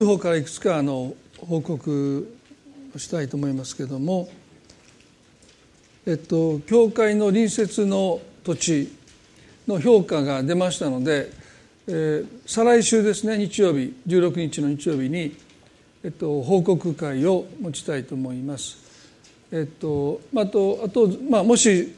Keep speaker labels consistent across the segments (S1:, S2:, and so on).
S1: 方からいくつか報告をしたいと思いますけれども、教会の隣接の土地の評価が出ましたので、再来週ですね、日曜日16日の日曜日に、報告会を持ちたいと思います。あともし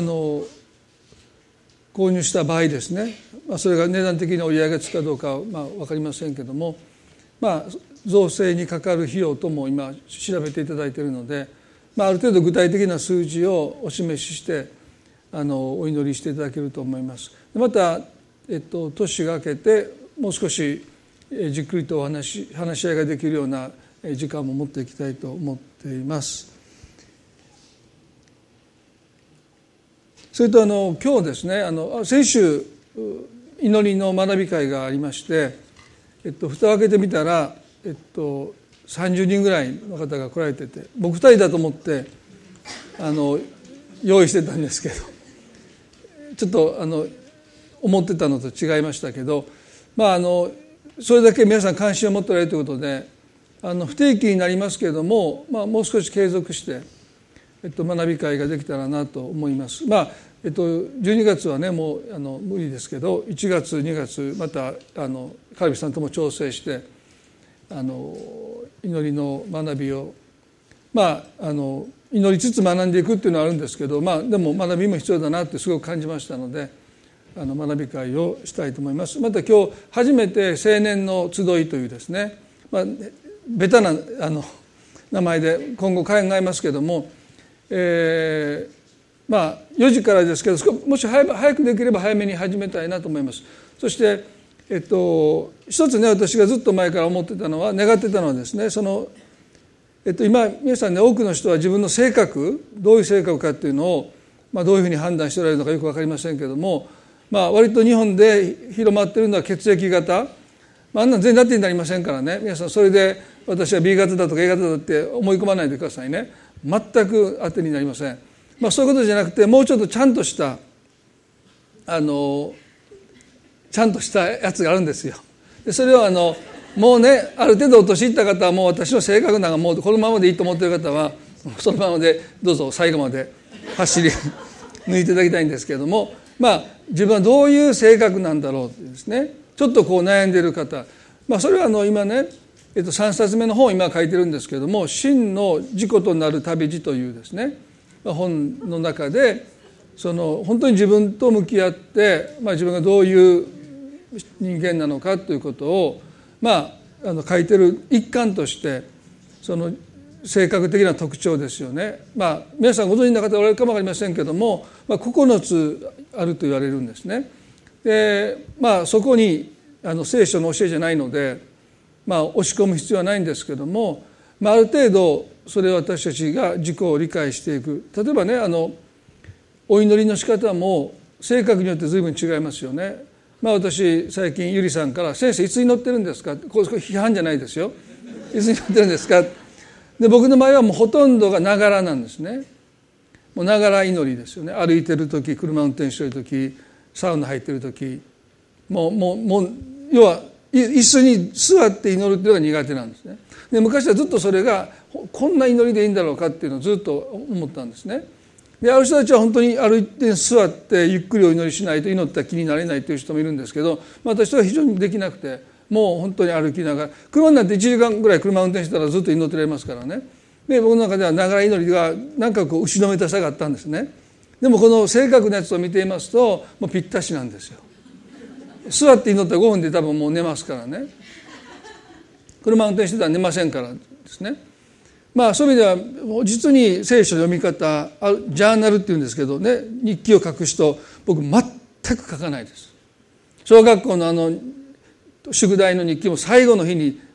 S1: 購入した場合ですね、それが値段的に折り上げつくかどうかは分かりませんけども、造成にかかる費用とも今調べていただいているので、ある程度具体的な数字をお示ししてお祈りしていただけると思います。また、年が明けてもう少しじっくりと話し合いができるような時間も持っていきたいと思っています。それと今日ですね、先週祈りの学び会がありまして、蓋を開けてみたら、30人ぐらいの方が来られてて、僕2人だと思って用意してたんですけど、ちょっと思ってたのと違いましたけど、それだけ皆さん関心を持っておられるということで、不定期になりますけれども、もう少し継続して、学び会ができたらなと思います。12月はねもう無理ですけど、1月2月またカルビさんとも調整して祈りの学びを祈りつつ学んでいくっていうのはあるんですけど、でも学びも必要だなってすごく感じましたので、学び会をしたいと思います。また今日初めて青年の集いというですね、ベタな名前で今後考えますけども、4時からですけど、もし早くできれば早めに始めたいなと思います。そして一つね、私がずっと前から思ってたのは、願ってたのはですね、今皆さんね、多くの人は自分の性格、どういう性格かっていうのを、どういうふうに判断しておられるのかよく分かりませんけども、割と日本で広まっているのは血液型、あんなの全然当てになりませんからね、皆さんそれで私は B 型だとか A 型だって思い込まないでくださいね。全く当てになりません。そういうことじゃなくて、もうちょっとちゃんとしたやつがあるんですよ。でそれをもうね、ある程度お年いった方はもう私の性格なんかもうこのままでいいと思っている方はそのままでどうぞ最後まで走り抜いていただきたいんですけれども、自分はどういう性格なんだろうってですね、ちょっと悩んでいる方、それは今ね、3冊目の本を今書いてるんですけれども、真の自己となる旅路というですね本の中で、本当に自分と向き合って、自分がどういう人間なのかということを書いてる一環として、性格的な特徴ですよね。皆さんご存知の方おられるかもわかりませんけども、9つあると言われるんですね。でそこに聖書の教えじゃないので、押し込む必要はないんですけども、ある程度それを私たちが自己を理解していく。例えばね、お祈りの仕方も性格によって随分違いますよね。私最近ゆりさんから、先生いつ祈ってるんですか、これ批判じゃないですよ、いつ祈ってるんですか。で僕の場合はもうほとんどがながらなんですね。もうながら祈りですよね。歩いてる時、車運転してる時、サウナ入ってる時、もう要は椅子に座って祈るっていうのが苦手なんですね。で昔はずっとそれがこんな祈りでいいんだろうかっていうのをずっと思ったんですね。である人たちは本当に歩いて座ってゆっくりお祈りしないと祈った気になれないという人もいるんですけど、私は非常にできなくて、もう本当に歩きながら、車になって1時間ぐらい車運転してたらずっと祈ってられますからね。で僕の中ではながら祈りがなんか後ろめたさがあったんですね。でもこの性格のやつを見ていますと、もうぴったしなんですよ。座って祈ったら5分で多分もう寝ますからね。車運転してたら寝ませんからですね。そういう意味では実に聖書の読み方、ジャーナルっていうんですけどね、日記を書く人、僕全く書かないです。小学校の宿題の日記も最後の日に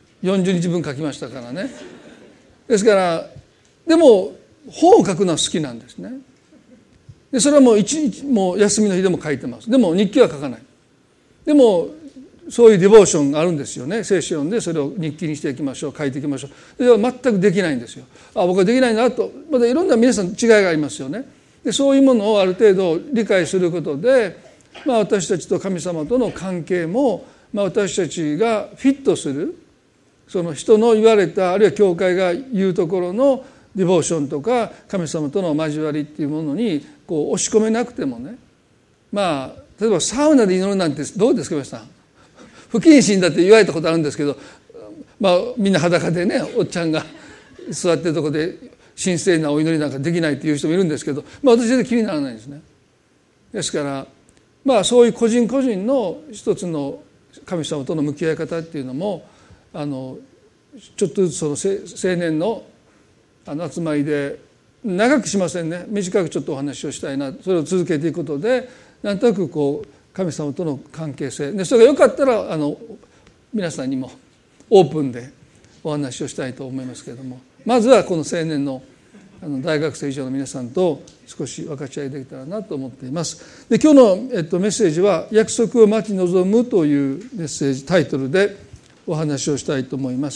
S1: 40日分書きましたからね。ですからでも本を書くのは好きなんですね。でそれはもう一日もう休みの日でも書いてます。でも日記は書かない。でもそういうディボーションがあるんですよね。聖書を読んでそれを日記にしていきましょう、書いていきましょう。では全くできないんですよ。僕はできないなと。またいろんな皆さん違いがありますよね。でそういうものをある程度理解することで、私たちと神様との関係も、私たちがフィットするその人の言われた、あるいは教会が言うところのディボーションとか神様との交わりっていうものにこう押し込めなくてもね、まあ例えばサウナで祈るなんてどうですか皆さん。不謹慎だって言われたことあるんですけど、まあみんな裸でね、おっちゃんが座ってるところで神聖なお祈りなんかできないっていう人もいるんですけど、まあ私は気にならないんですね。ですからまあそういう個人個人の一つの神様との向き合い方っていうのもちょっとずつその青年の集まりで長くしませんね、短くちょっとお話をしたいな、それを続けていくことでなんとなくこう神様との関係性で、それがよかったら皆さんにもオープンでお話をしたいと思いますけれども、まずはこの青年の大学生以上の皆さんと少し分かち合いできたらなと思っています。で今日の、メッセージは約束を待ち望むというメッセージタイトルでお話をしたいと思います。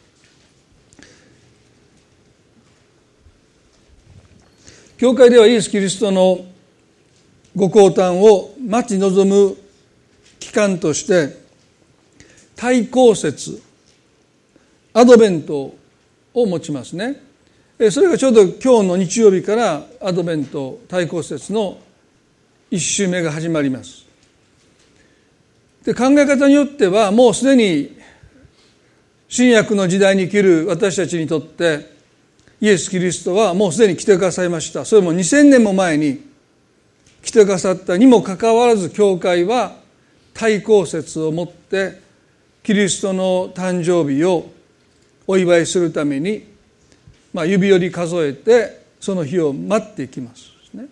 S1: 教会ではイエス・キリストのご降誕を待ち望む期間として大公節アドベントを持ちますね。それがちょうど今日の日曜日からアドベント大公節の1週目が始まります。で考え方によってはもうすでに新約の時代に生きる私たちにとってイエス・キリストはもうすでに来てくださいました。それも2000年も前に来てくださったにもかかわらず、教会は大公節をもってキリストの誕生日をお祝いするために、指折り数えてその日を待っていきますね。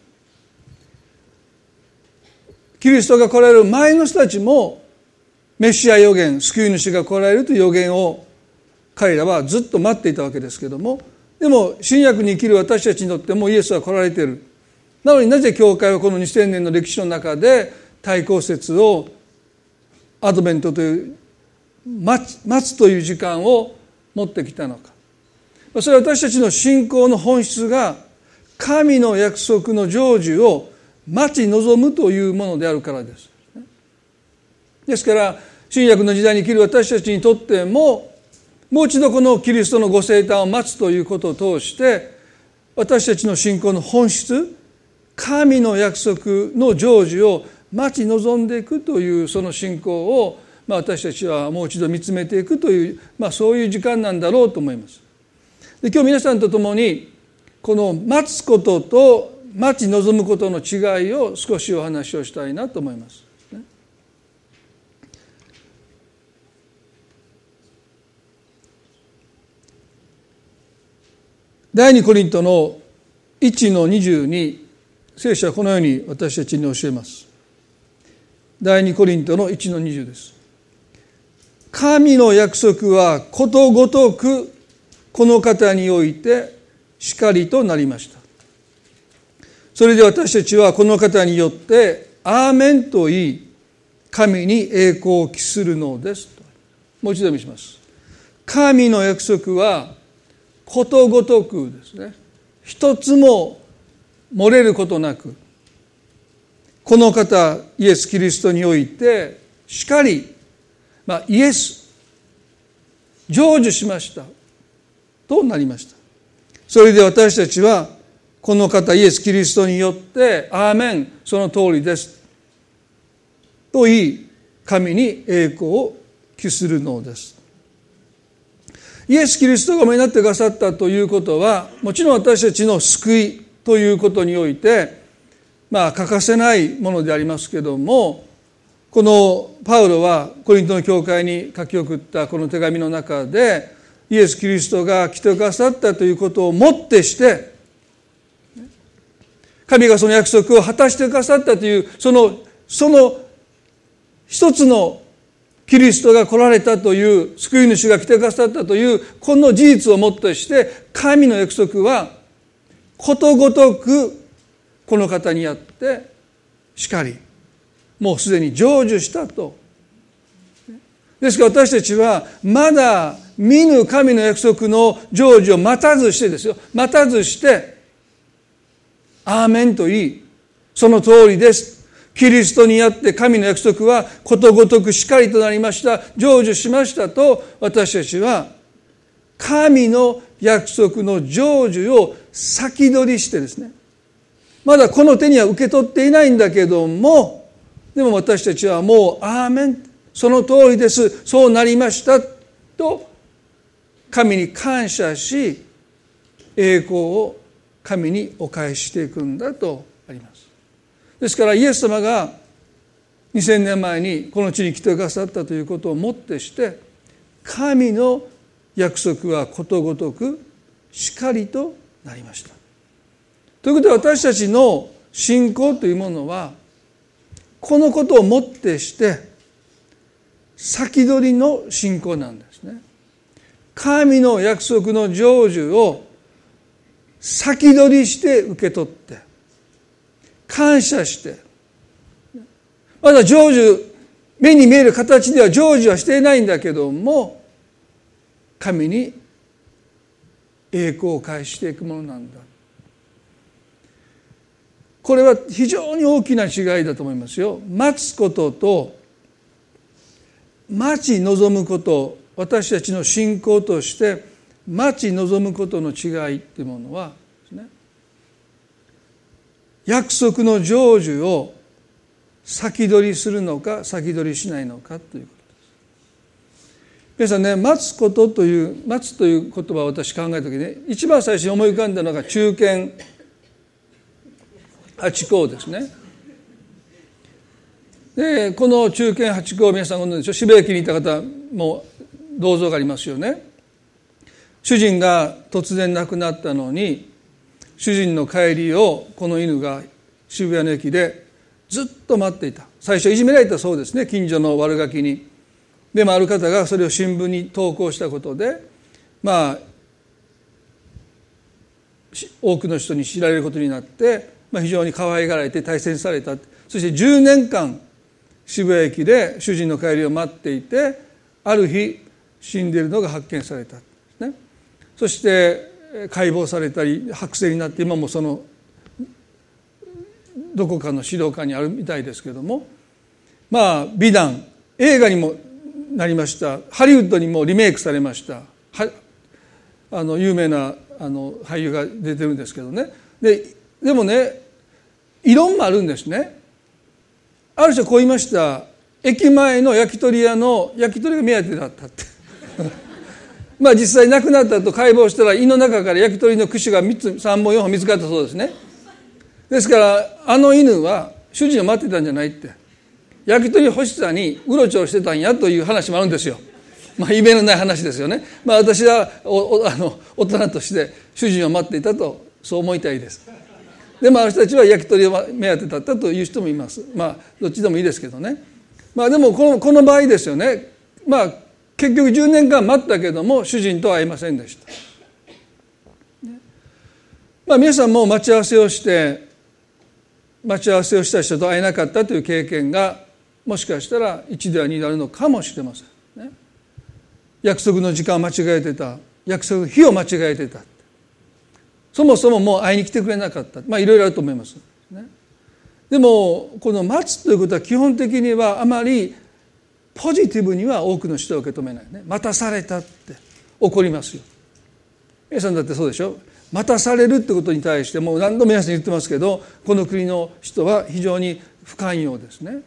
S1: キリストが来られる前の人たちもメシア預言、救い主が来られるという預言を彼らはずっと待っていたわけですけれども、でも新約に生きる私たちにとってもイエスは来られている。なのになぜ教会はこの2000年の歴史の中で大公節をアドベントという待つという時間を持ってきたのか。それは私たちの信仰の本質が神の約束の成就を待ち望むというものであるからです。ですから新約の時代に生きる私たちにとってももう一度このキリストのご生誕を待つということを通して私たちの信仰の本質、神の約束の成就を待ち望んでいくというその信仰を私たちはもう一度見つめていくという、そういう時間なんだろうと思います。で今日皆さんと共にこの待つことと待ち望むことの違いを少しお話をしたいなと思います。第2コリントの1の22、聖書はこのように私たちに教えます。第2コリントの1の20です。神の約束はことごとくこの方においてしかりとなりました。それで私たちはこの方によってアーメンと言い神に栄光を期するのです。もう一度見します。神の約束はことごとくですね、一つも漏れることなくこの方イエス・キリストにおいてしかり、イエス成就しましたとなりました。それで私たちはこの方イエス・キリストによってアーメン、その通りですと言い神に栄光を期するのです。イエス・キリストがお目になってくださったということはもちろん私たちの救いということにおいて欠かせないものでありますけども、このパウロはコリントの教会に書き送ったこの手紙の中でイエス・キリストが来てくださったということをもってして神がその約束を果たしてくださったというその一つのキリストが来られたという救い主が来てくださったというこの事実をもってして神の約束はことごとくこの方にあってしかりもうすでに成就したと。ですから私たちはまだ見ぬ神の約束の成就を待たずしてですよ、待たずしてアーメンと言いその通りです、 キリストにあって神の約束はことごとくしかりとなりました、成就しましたと、私たちは神の約束の成就を先取りしてですね、まだこの手には受け取っていないんだけども、でも私たちはもうアーメン、その通りです、そうなりましたと神に感謝し、栄光を神にお返ししていくんだとあります。ですからイエス様が2000年前にこの地に来てくださったということをもってして、神の約束はことごとくしかりとなりました。ということで、私たちの信仰というものはこのことをもってして先取りの信仰なんですね。神の約束の成就を先取りして受け取って感謝して、まだ成就、目に見える形では成就はしていないんだけども、神に栄光を返していくものなんだ。これは非常に大きな違いだと思いますよ。待つことと待ち望むこと、私たちの信仰として待ち望むことの違いというものはですね、約束の成就を先取りするのか先取りしないのかということです。皆さんね、待つという言葉を私考えた時にね、一番最初に思い浮かんだのが中堅八高ですね。でこの中堅八高、皆さんご存知でしょ。渋谷駅にいた方も銅像がありますよね。主人が突然亡くなったのに、主人の帰りをこの犬が渋谷の駅でずっと待っていた。最初いじめられたそうですね、近所の悪ガキに。でもある方がそれを新聞に投稿したことで、多くの人に知られることになって、非常に可愛がられて大切にされた。そして10年間渋谷駅で主人の帰りを待っていて、ある日死んでいるのが発見された、ね、そして解剖されたり剥製になって、今もそのどこかの資料館にあるみたいですけども、美談、映画にもなりました。ハリウッドにもリメイクされました。有名な俳優が出てるんですけどね。でもね、異論もあるんですね。ある人はこう言いました。駅前の焼き鳥屋の焼き鳥が目当てだったって実際亡くなったと解剖したら、胃の中から焼き鳥の串が3本4本見つかったそうですね。ですからあの犬は主人を待ってたんじゃないって、焼き鳥欲しさにうろちょろしてたんやという話もあるんですよ。夢のない話ですよね。私は大人として主人を待っていたとそう思いたいです。でもある人たちは焼き鳥を目当てだったという人もいます。どっちでもいいですけどね。でもこの場合ですよね。結局10年間待ったけども主人とは会いませんでした。皆さんも待ち合わせをした人と会えなかったという経験がもしかしたら1では2になるのかもしれませんね。約束の時間を間違えてた、約束の日を間違えてた、そもそももう会いに来てくれなかった、いろいろあると思いますね。でもこの待つということは基本的にはあまりポジティブには多くの人は受け止めないね。待たされたって怒りますよ。皆さんだってそうでしょ。待たされるってことに対してもう何度も皆さん言ってますけど、この国の人は非常に不寛容ですね。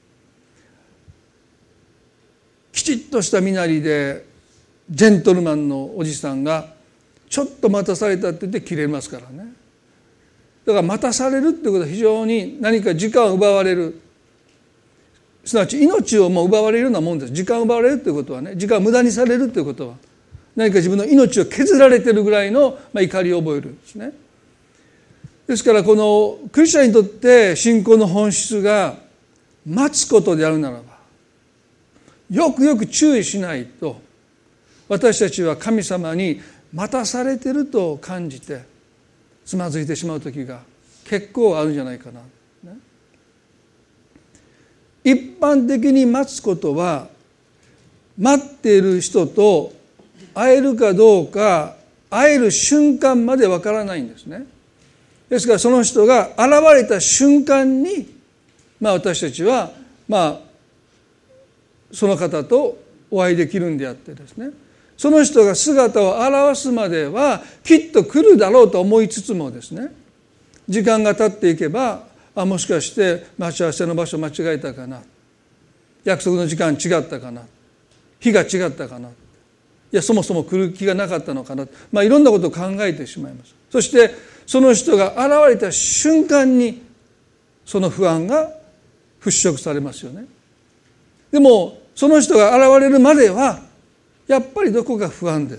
S1: きちっとした身なりでジェントルマンのおじさんがちょっと待たされたって言って切れますからね。だから待たされるってことは非常に何か時間を奪われる、すなわち命をもう奪われるようなもんです。時間を奪われるということはね、時間を無駄にされるということは何か自分の命を削られているぐらいの怒りを覚えるんですね。ですからこのクリスチャンにとって信仰の本質が待つことであるならば、よくよく注意しないと私たちは神様に待たされていると感じてつまずいてしまう時が結構あるんじゃないかな。一般的に待つことは待っている人と会えるかどうか、会える瞬間までわからないんですね。ですからその人が現れた瞬間に私たちはその方とお会いできるんであってですね、その人が姿を現すまではきっと来るだろうと思いつつもですね、時間が経っていけばもしかして待ち合わせの場所間違えたかな、約束の時間違ったかな、日が違ったかな、いやそもそも来る気がなかったのかな、いろんなことを考えてしまいます。そしてその人が現れた瞬間にその不安が払拭されますよね。でもその人が現れるまではやっぱりどこか不安です。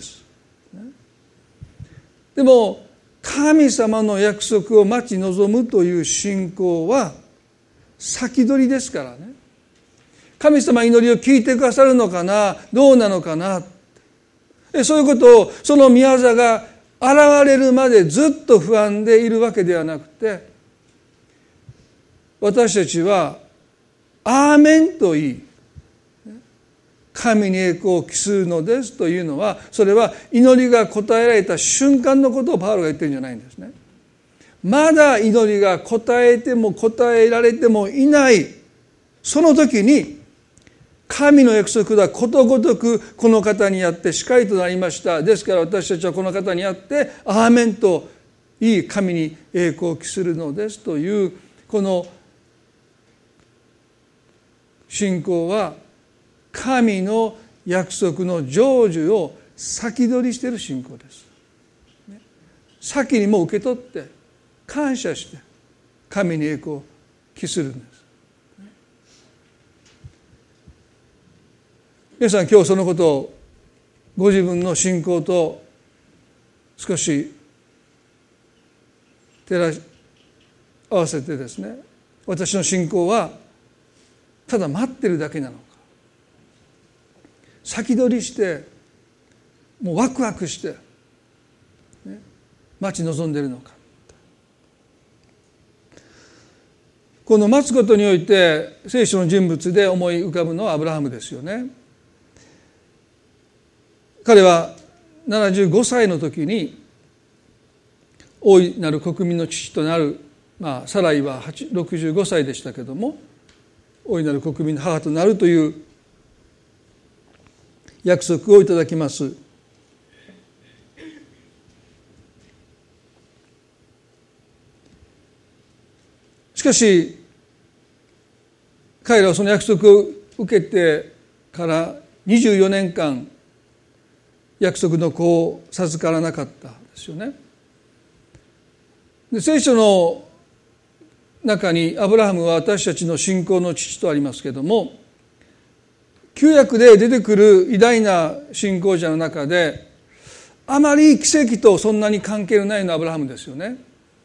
S1: でも神様の約束を待ち望むという信仰は先取りですからね。神様祈りを聞いてくださるのかな、どうなのかな、そういうことをその御業が現れるまでずっと不安でいるわけではなくて、私たちはアーメンと言い神に栄光を期するのですというのは、それは祈りが答えられた瞬間のことをパウロが言ってるんじゃないんですね。まだ祈りが答えても答えられてもいないその時に、神の約束はことごとくこの方にあってしかりとなりました。ですから私たちはこの方にあってアーメンと言い神に栄光を期するのですという、この信仰は神の約束の成就を先取りしている信仰です。先にも受け取って感謝して神に栄光を期するんです。皆さん今日そのことをご自分の信仰と少し照らし合わせてですね、私の信仰はただ待ってるだけなのか、先取りしてもうワクワクして、待ち望んでいるのか。この待つことにおいて聖書の人物で思い浮かぶのはアブラハムですよね。彼は75歳の時に大いなる国民の父となる、サライは65歳でしたけども、大いなる国民の母となるという約束をいただきます。しかし彼らはその約束を受けてから24年間約束の子を授からなかったですよね。で、聖書の中にアブラハムは私たちの信仰の父とありますけれども、旧約で出てくる偉大な信仰者の中であまり奇跡とそんなに関係のないのはアブラハムですよね。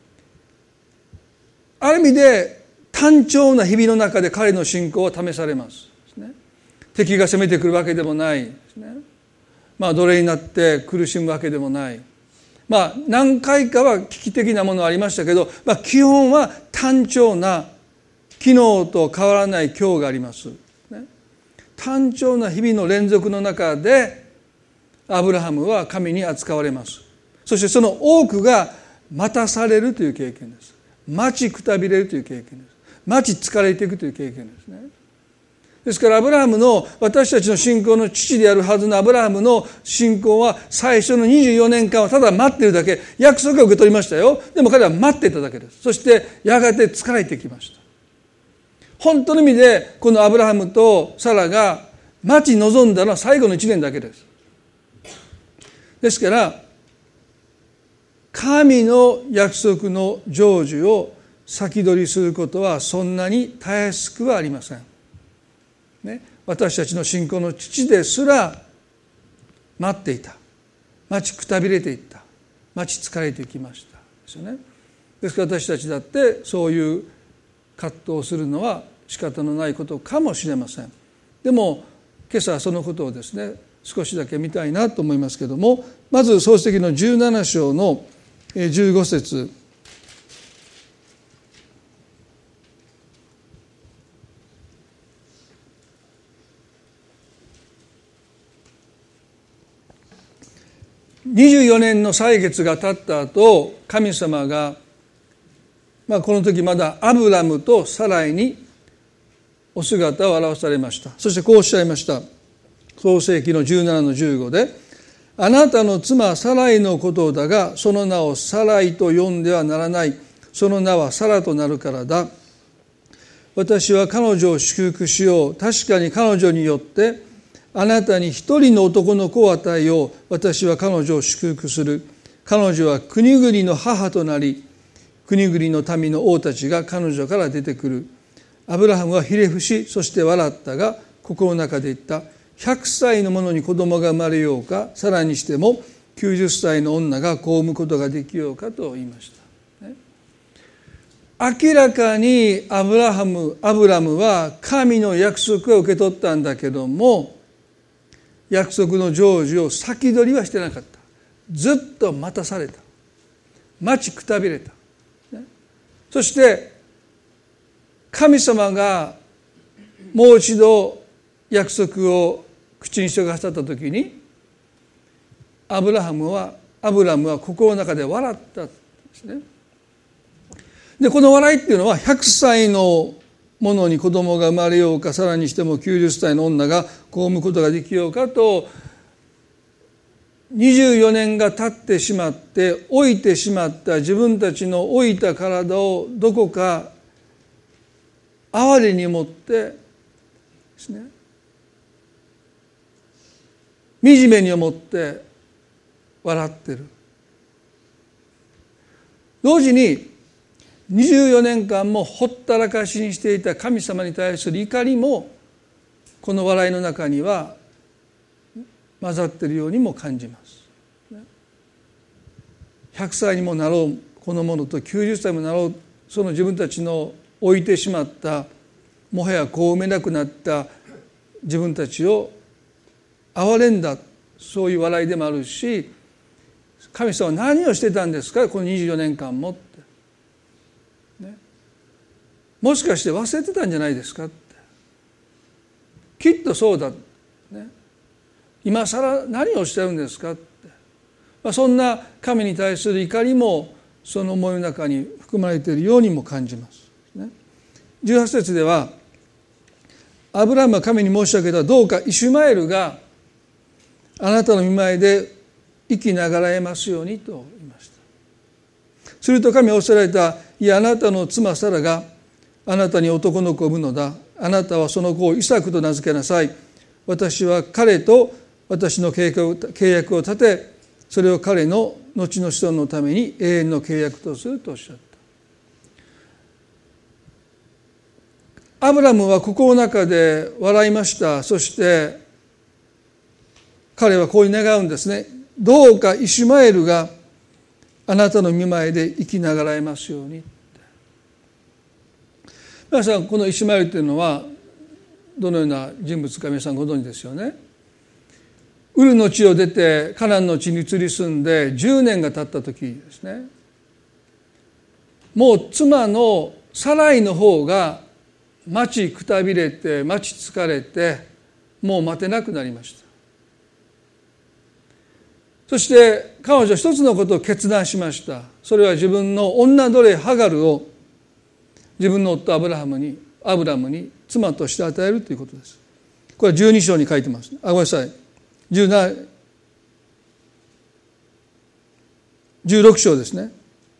S1: ある意味で単調な日々の中で彼の信仰は試されます。敵が攻めてくるわけでもないですね。奴隷になって苦しむわけでもない。何回かは危機的なものはありましたけど、基本は単調な昨日と変わらない今日があります。単調な日々の連続の中でアブラハムは神に扱われます。そしてその多くが待たされるという経験です。待ちくたびれるという経験です。待ち疲れていくという経験ですね。ですからアブラハムの、私たちの信仰の父であるはずのアブラハムの信仰は最初の24年間はただ待っているだけ。約束を受け取りましたよ。でも彼は待っていただけです。そしてやがて疲れてきました。本当の意味でこのアブラハムとサラが待ち望んだのは最後の1年だけです。ですから神の約束の成就を先取りすることはそんなにたやすくはありません。私たちの信仰の父ですら待っていた。待ちくたびれていった。待ち疲れてきましたですよね。ですから私たちだってそういう葛藤をするのは仕方のないことかもしれません。でも今朝はそのことをですね少しだけ見たいなと思いますけれども、まず創世記の17章の15節。24年の歳月が経った後、神様が、この時まだアブラムとサライにお姿を表されました。そしてこうおっしゃいました。創世記の17の15で、あなたの妻サライのことだが、その名をサライと呼んではならない。その名はサラとなるからだ。私は彼女を祝福しよう。確かに彼女によってあなたに一人の男の子を与えよう。私は彼女を祝福する。彼女は国々の母となり、国々の民の王たちが彼女から出てくる。アブラハムはひれ伏し、そして笑ったが、心の中で言った。100歳の者に子供が生まれようか、さらにしても90歳の女が子を産むことができようかと言いました。明らかにアブラムは神の約束を受け取ったんだけども、約束の成就を先取りはしてなかった。ずっと待たされた。待ちくたびれた。そして神様がもう一度約束を口にしてくださったときに、アブラムは心の中で笑ったんですね。でこの笑いっていうのは、100歳の者に子供が生まれようか、さらにしても90歳の女が子を産むことができようかと、24年が経ってしまって老いてしまった自分たちの老いた体をどこか哀れに持ってですね、惨めに思って笑ってる。同時に24年間もほったらかしにしていた神様に対する怒りもこの笑いの中には混ざっているようにも感じます。100歳にもなろうこのものと90歳にもなろうその自分たちの置いてしまったもはや子を産めなくなった自分たちを憐れんだ、そういう笑いでもあるし、神様は何をしてたんですかこの24年間もって、ね、もしかして忘れてたんじゃないですかって、きっとそうだ、ね、今更何をしてるんですかって、そんな神に対する怒りもその思いの中に含まれているようにも感じます、ね、18節では、アブラハムは神に申し上げた。どうかイシュマエルがあなたの御前で生きながらえますようにと言いました。すると神はおっしゃられた。いや、あなたの妻サラがあなたに男の子を産むのだ。あなたはその子をイサクと名付けなさい。私は彼と私の契約を立て、それを彼の後の子孫のために永遠の契約とするとおっしゃった。アブラムは心の中で笑いました。そして彼はこう願うんですね。どうかイシュマエルがあなたの御前で生きながらえますように。皆さん、このイシュマエルというのはどのような人物か皆さんご存知ですよね。ウルの地を出てカナンの地に移り住んで10年が経った時ですね、もう妻のサライの方が待ちくたびれて待ち疲れてもう待てなくなりました。そして彼女は一つのことを決断しました。それは自分の女奴隷ハガルを自分の夫アブラムに妻として与えるということです。これは12章に書いてます。ごめんなさい、16章ですね。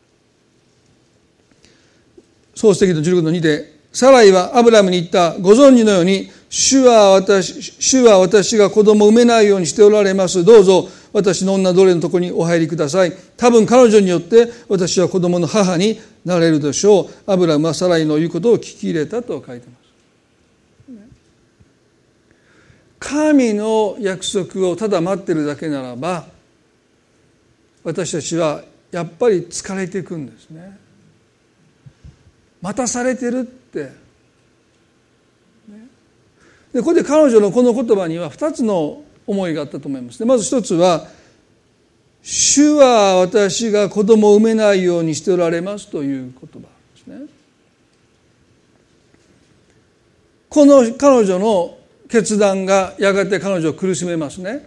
S1: 創世記の16の2で、サライはアブラムに言った。ご存知のように主は私が子供を産めないようにしておられます。どうぞ私の女奴隷のところにお入りください。多分彼女によって私は子供の母になれるでしょう。アブラムはサライの言うことを聞き入れたと書いてます。神の約束をただ待っているだけならば、私たちはやっぱり疲れていくんですね。待たされてるって。でここで彼女のこの言葉には2つの思いがあったと思います。まず一つは、主は私が子供を産めないようにしておられますという言葉ですね。この彼女の決断がやがて彼女を苦しめますね。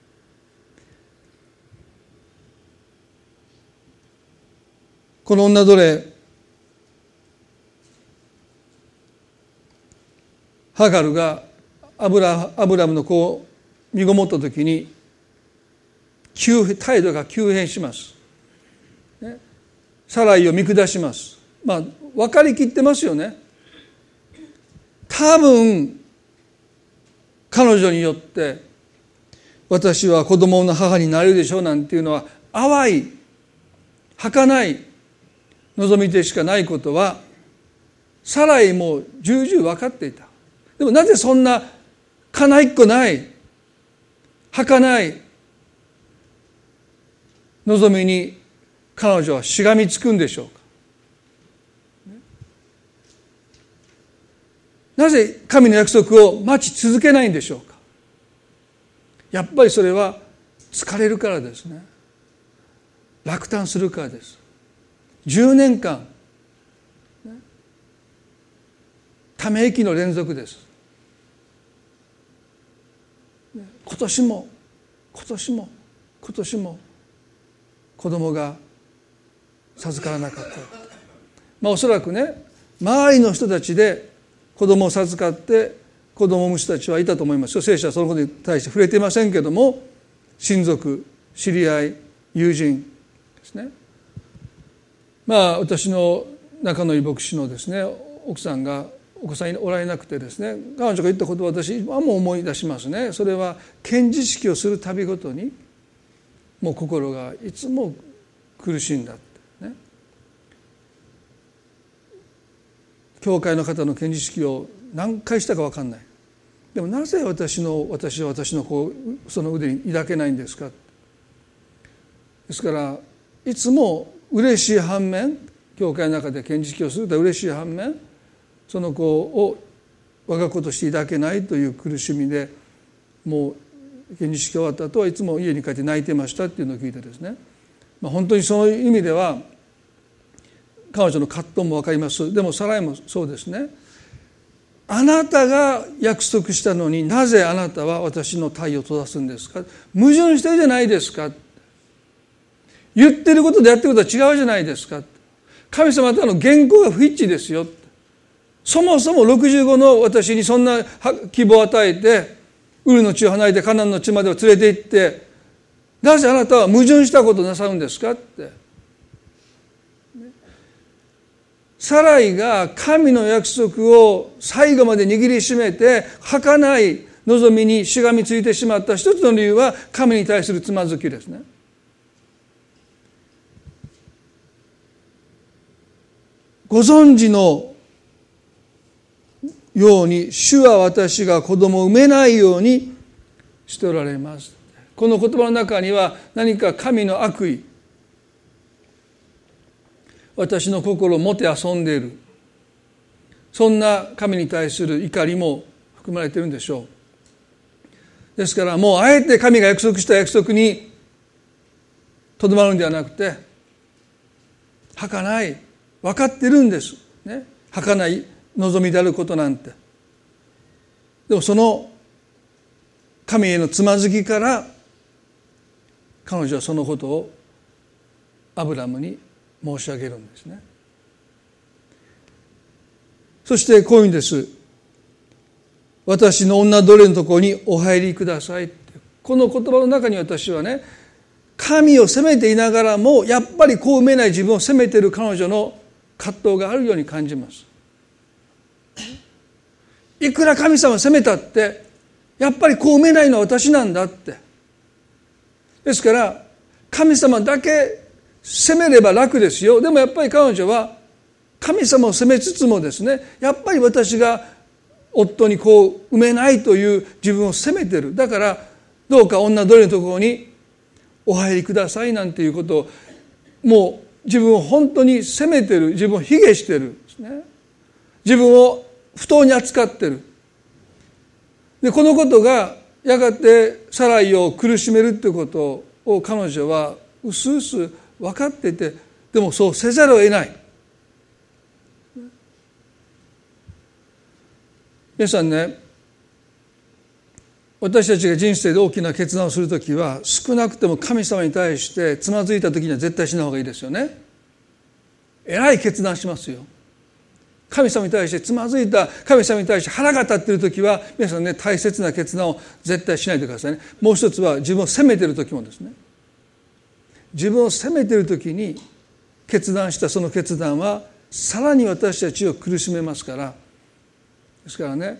S1: この女奴隷、 ハガルがアブラムの子を身ごもった時に態度が急変します。サライを見下します。分かりきってますよね。多分彼女によって私は子供の母になれるでしょうなんていうのは淡い儚い望みでしかないことはサライも重々分かっていた。でもなぜそんなかないっこない儚い望みに彼女はしがみつくんでしょうか。なぜ神の約束を待ち続けないんでしょうか。やっぱりそれは疲れるからですね。落胆するからです。10年間ため息の連続です。今年も子供が授からなかった。おそらくね、周りの人たちで子供を授かって子供を産む人たちはいたと思いますよ。聖書はそのことに対して触れていませんけども、親族、知り合い、友人ですね。私の仲のいい牧師のですね、奥さんがお子さんおられなくてですね、彼女が言ったことを私今も思い出しますね。それは献辞式をするたびごとにもう心がいつも苦しんだってね。教会の方の献辞式を何回したか分かんない。でもなぜ私は私のその腕に抱けないんですか。ですからいつも嬉しい反面、教会の中で献辞式をすると嬉しい反面、その子を我が子として抱けないという苦しみで、もう献辞式終わった後はいつも家に帰って泣いてましたっていうのを聞いてですね、本当にそういう意味では彼女の葛藤も分かります。でもサライもそうですね。あなたが約束したのになぜあなたは私の体を閉ざすんですか。矛盾してるじゃないですか。言ってることでやってることは違うじゃないですか。神様との言行が不一致ですよ。そもそも65の私にそんな希望を与えて、ウルの地を離れてカナンの地までを連れて行って、なぜあなたは矛盾したことをなさるんですかって。サライが神の約束を最後まで握りしめて儚い望みにしがみついてしまった一つの理由は神に対するつまずきですね。ご存知のように主は私が子供を産めないようにしておられます。この言葉の中には何か神の悪意、私の心をもてあそんでいる、そんな神に対する怒りも含まれているんでしょう。ですからもうあえて神が約束した約束にとどまるんではなくて、儚い、分かってるんですね、儚い望みであることなんて。でもその神へのつまずきから彼女はそのことをアブラムに申し上げるんですね。そしてこういうんです。私の女奴隷のところにお入りくださいって。この言葉の中に私はね、神を責めていながらもやっぱりこう埋めない自分を責めている彼女の葛藤があるように感じます。いくら神様を責めたってやっぱりこう埋めないのは私なんだって。ですから神様だけ責めれば楽ですよ。でもやっぱり彼女は神様を責めつつもですね、やっぱり私が夫にこう埋めないという自分を責めてる。だからどうか女奴隷のところにお入りくださいなんていうことを、もう自分を本当に責めてる、自分を卑下してるんですね。自分を不当に扱ってる。でこのことがやがてサライを苦しめるということを彼女はうすうす分かっていて、でもそうせざるを得ない。皆さんね、私たちが人生で大きな決断をするときは、少なくとも神様に対してつまずいたときには絶対しない方がいいですよね。えらい決断しますよ。 神様に対してつまずいた、神様に対して腹が立っている時は皆さんね、大切な決断を絶対しないでくださいね。もう一つは自分を責めている時もですね、自分を責めている時に決断したその決断はさらに私たちを苦しめますから。ですからね、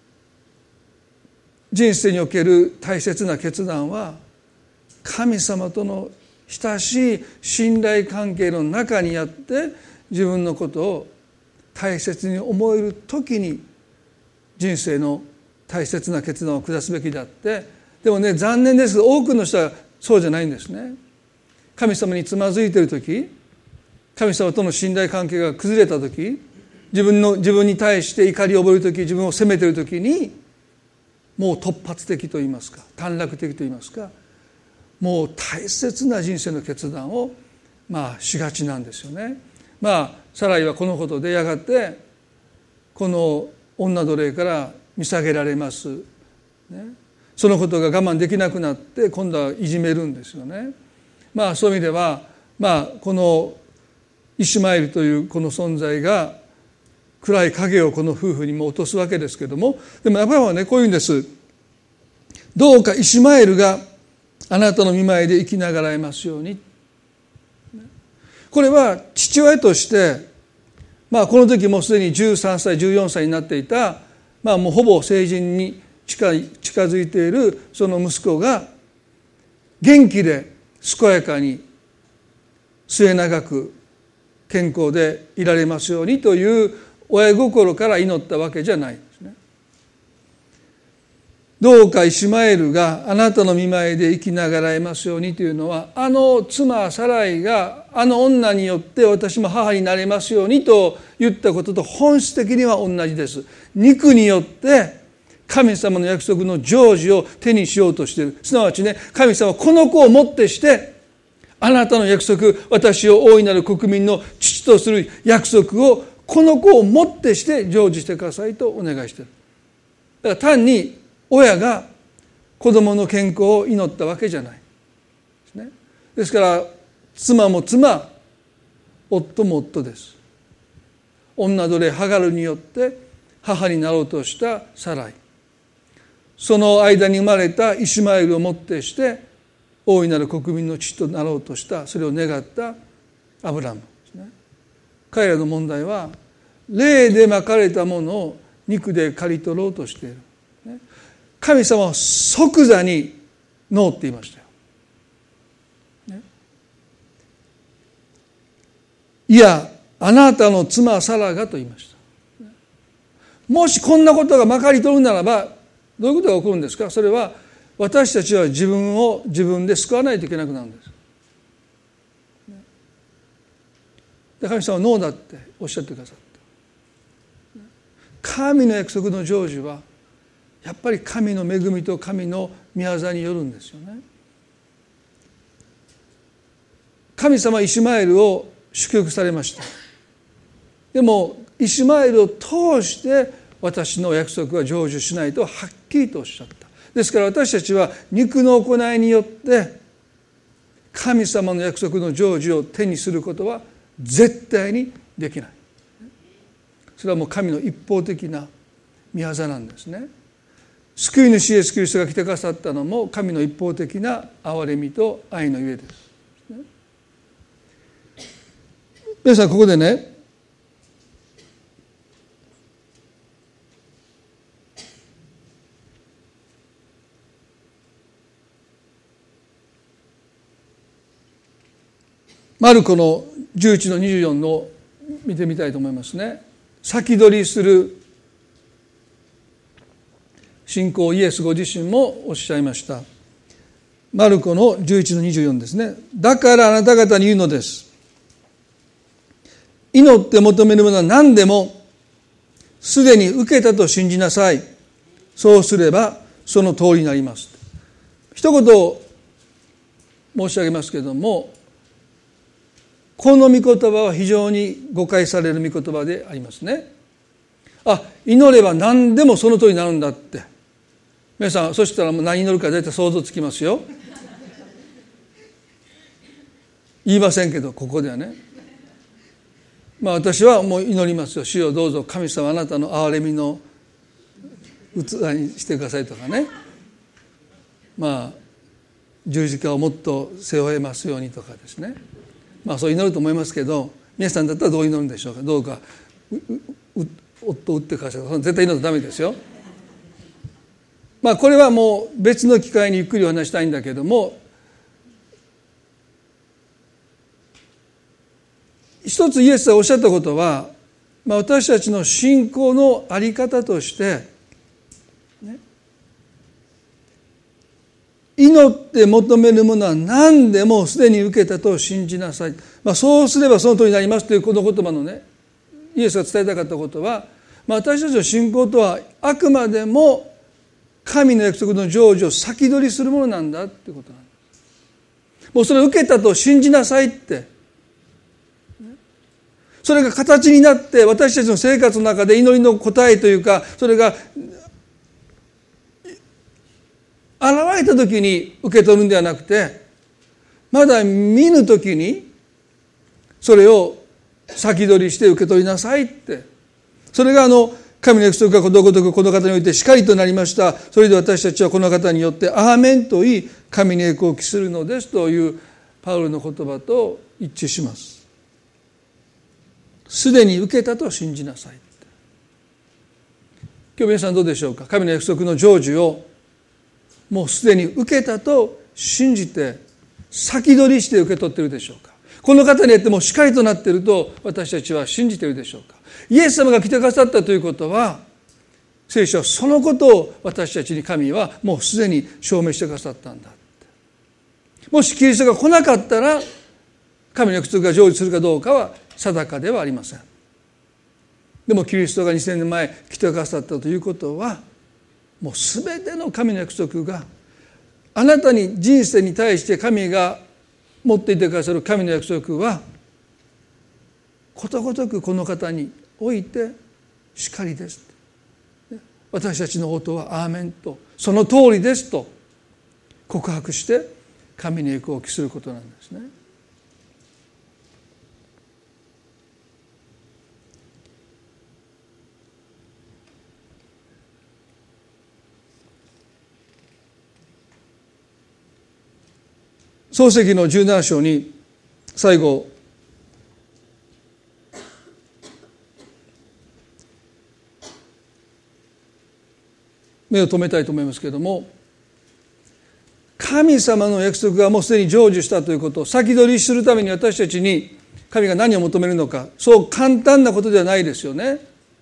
S1: 人生における大切な決断は神様との親しい信頼関係の中にあって自分のことを大切に思える時に人生の大切な決断を下すべきであって、でもね、残念ですが多くの人はそうじゃないんですね。神様につまずいている時、神様との信頼関係が崩れた時、自分に対して怒りを覚える時、自分を責めている時にもう突発的といいますか、短絡的といいますか、もう大切な人生の決断をしがちなんですよね。サライはこのことでやがてこの女奴隷から見下げられます、そのことが我慢できなくなって今度はいじめるんですよね。そういう意味では、このイシュマエルというこの存在が暗い影をこの夫婦にも落とすわけですけども、でもアブラハムはね、こういうんです。どうかイシュマエルがあなたの御前で生きながらえますように。これは父親として、この時もうすでに13歳14歳になっていた、もうほぼ成人に近づいているその息子が元気で健やかに末永く健康でいられますようにという親心から祈ったわけじゃないんですね。どうかイシュマエルがあなたの御前で生きながらえますようにというのは、あの妻サライがあの女によって私も母になれますようにと言ったことと本質的には同じです。肉によって神様の約束の成就を手にしようとしている。すなわちね、神様はこの子をもってしてあなたの約束、私を大いなる国民の父とする約束をこの子をもってして成就してくださいとお願いしている。だから単に親が子供の健康を祈ったわけじゃないですね。ですから妻も妻、夫も夫です。女奴隷ハガルによって母になろうとしたサライ、その間に生まれたイシュマエルをもってして大いなる国民の父となろうとした、それを願ったアブラムですね。彼らの問題は霊でまかれたものを肉で刈り取ろうとしている。神様は即座にノーって言いましたよ。いや、あなたの妻サラがと言いました。もしこんなことがまかり取るならばどういうことが起こるんですか。それは私たちは自分を自分で救わないといけなくなるんです。で、神様はノーだっておっしゃってくださった。神の約束の成就はやっぱり神の恵みと神の御業によるんですよね。神様はイシュマエルを祝福されました。でもイシュマエルを通して私の約束は成就しないとはっきりとおっしゃった。ですから私たちは肉の行いによって神様の約束の成就を手にすることは絶対にできない。それはもう神の一方的な御業なんですね。救い主イエスキリストが来てくださったのも神の一方的な憐れみと愛のゆえです。皆さんここでね、マルコの11の24の見てみたいと思いますね。先取りする信仰をイエスご自身もおっしゃいました。マルコの11の24ですね。だからあなた方に言うのです。祈って求めるものは何でもすでに受けたと信じなさい。そうすればその通りになります。一言申し上げますけれども、この御言葉は非常に誤解される御言葉でありますね。祈れば何でもその通りになるんだって。皆さん、そしたらもう何祈るか大体想像つきますよ。言いませんけど、ここではね。 私はもう祈りますよ。主よどうぞ神様あなたの憐れみの器にしてくださいとかね、十字架をもっと背負えますようにとかですね、そう祈ると思いますけど、皆さんだったらどう祈るんでしょうか。どうか夫を打ってくださいとか絶対祈るとダメですよ。これはもう別の機会にゆっくりお話したいんだけども、一つイエスがおっしゃったことは、私たちの信仰の在り方として、祈って求めるものは何でもすでに受けたと信じなさい。そうすればその通りになりますというこの言葉のね、イエスが伝えたかったことは、私たちの信仰とはあくまでも神の約束の成就を先取りするものなんだっていうことなんです。もうそれを受けたと信じなさいって。それが形になって私たちの生活の中で祈りの答えというか、それが現れた時に受け取るんではなくて、まだ見ぬ時にそれを先取りして受け取りなさいって。それが神の約束がことごとくこの方においてしかりとなりました。それで私たちはこの方によってアーメンと言い神に栄光を期するのですというパウロの言葉と一致します。すでに受けたと信じなさい。今日皆さんどうでしょうか。神の約束の成就をもうすでに受けたと信じて先取りして受け取っているでしょうか。この方によってもうしかりとなっていると私たちは信じているでしょうか。イエス様が来てくださったということは、聖書はそのことを私たちに神はもうすでに証明してくださったんだ。もしキリストが来なかったら神の約束が成就するかどうかは定かではありません。でもキリストが2000年前来てくださったということは、もうすべての神の約束があなたに人生に対して神が持っていてくださる神の約束はことごとくこの方においてしかりです。私たちの応答はアーメンとその通りですと告白して神に栄光を期することなんですね。創世記の17章に最後目を留めたいと思いますけれども、神様の約束がもうすでに成就したということを先取りするために私たちに神が何を求めるのか、そう簡単なことではないですよね。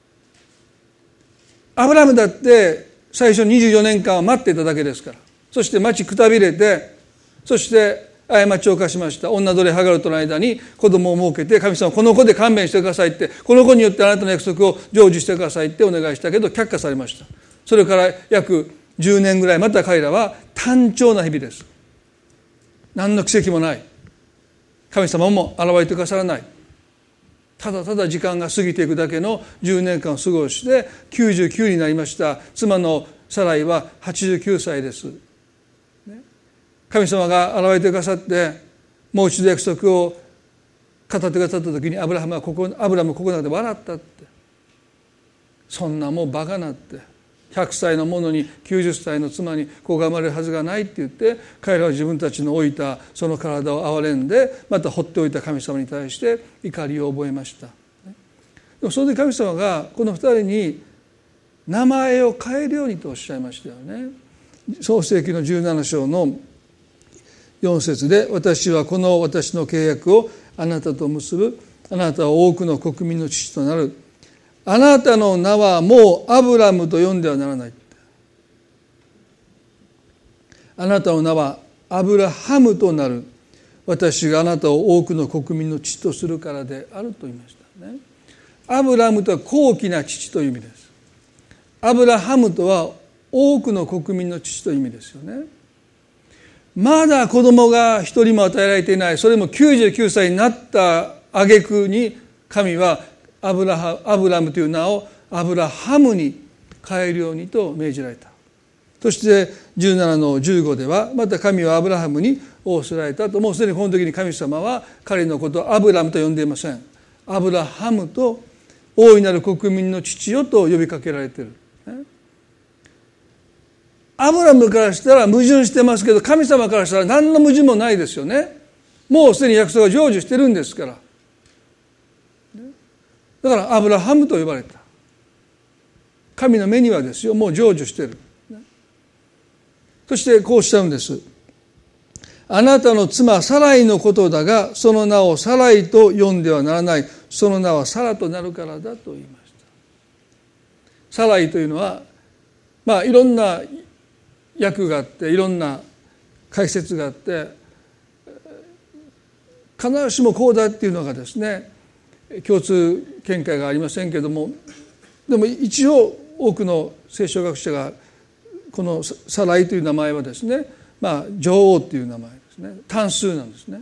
S1: アブラムだって最初24年間は待っていただけですから。そして待ちくたびれて、そして過ちを犯しました女奴隷ハガルとの間に子供を設けて、神様この子で勘弁してくださいって、この子によってあなたの約束を成就してくださいってお願いしたけど却下されました。それから約10年ぐらいまた彼らは単調な日々です。何の奇跡もない、神様も現れてくださらない、ただただ時間が過ぎていくだけの10年間を過ごして99になりました。妻のサライは89歳です。神様が現れてくださってもう一度約束を語ってくださった時にアブラムここの中で笑ったって、そんなもうバカなって100歳の者に90歳の妻に子が生まれるはずがないって言って、彼らは自分たちの置いたその体を憐れんでまた放っておいた神様に対して怒りを覚えました。でもその時神様がこの二人に名前を変えるようにとおっしゃいましたよね。創世記の17章の4節で、私はこの私の契約をあなたと結ぶ。あなたは多くの国民の父となる。あなたの名はもうアブラムと呼んではならない。あなたの名はアブラハムとなる。私があなたを多くの国民の父とするからであると言いましたね。アブラムとは高貴な父という意味です。アブラハムとは多くの国民の父という意味ですよね。まだ子供が一人も与えられていない、それも99歳になった挙句に神はアブラムという名をアブラハムに変えるようにと命じられた。そして17の15ではまた神はアブラハムに仰せられたと。もうすでにこの時に神様は彼のことをアブラムと呼んでいません。 アブラハムと大いなる国民の父よと呼びかけられている。アブラムからしたら矛盾してますけど、神様からしたら何の矛盾もないですよね。もうすでに約束が成就してるんですから。だからアブラハムと呼ばれた。神の目にはですよ、もう成就している。そしてこうおっしゃるんです。あなたの妻サライのことだが、その名をサライと呼んではならない。その名はサラとなるからだと言いました。サライというのは、いろんな訳があって、いろんな解説があって、必ずしもこうだっていうのがですね、共通見解がありませんけれども、でも一応多くの聖書学者がこのサライという名前はですね、女王という名前ですね、単数なんですね。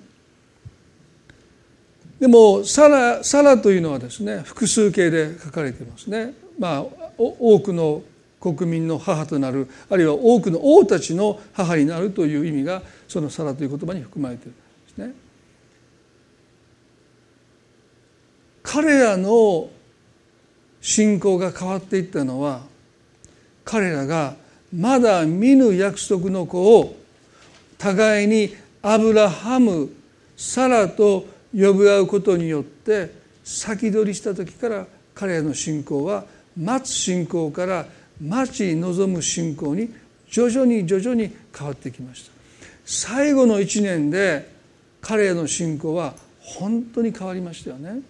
S1: でもサラというのはですね、複数形で書かれていますね。多くの国民の母となる、あるいは多くの王たちの母になるという意味がそのサラという言葉に含まれているんですね。彼らの信仰が変わっていったのは、彼らがまだ見ぬ約束の子を互いにアブラハム、サラと呼び合うことによって先取りした時から、彼らの信仰は待つ信仰から待ち望む信仰に徐々に変わってきました。最後の1年で彼らの信仰は本当に変わりましたよね。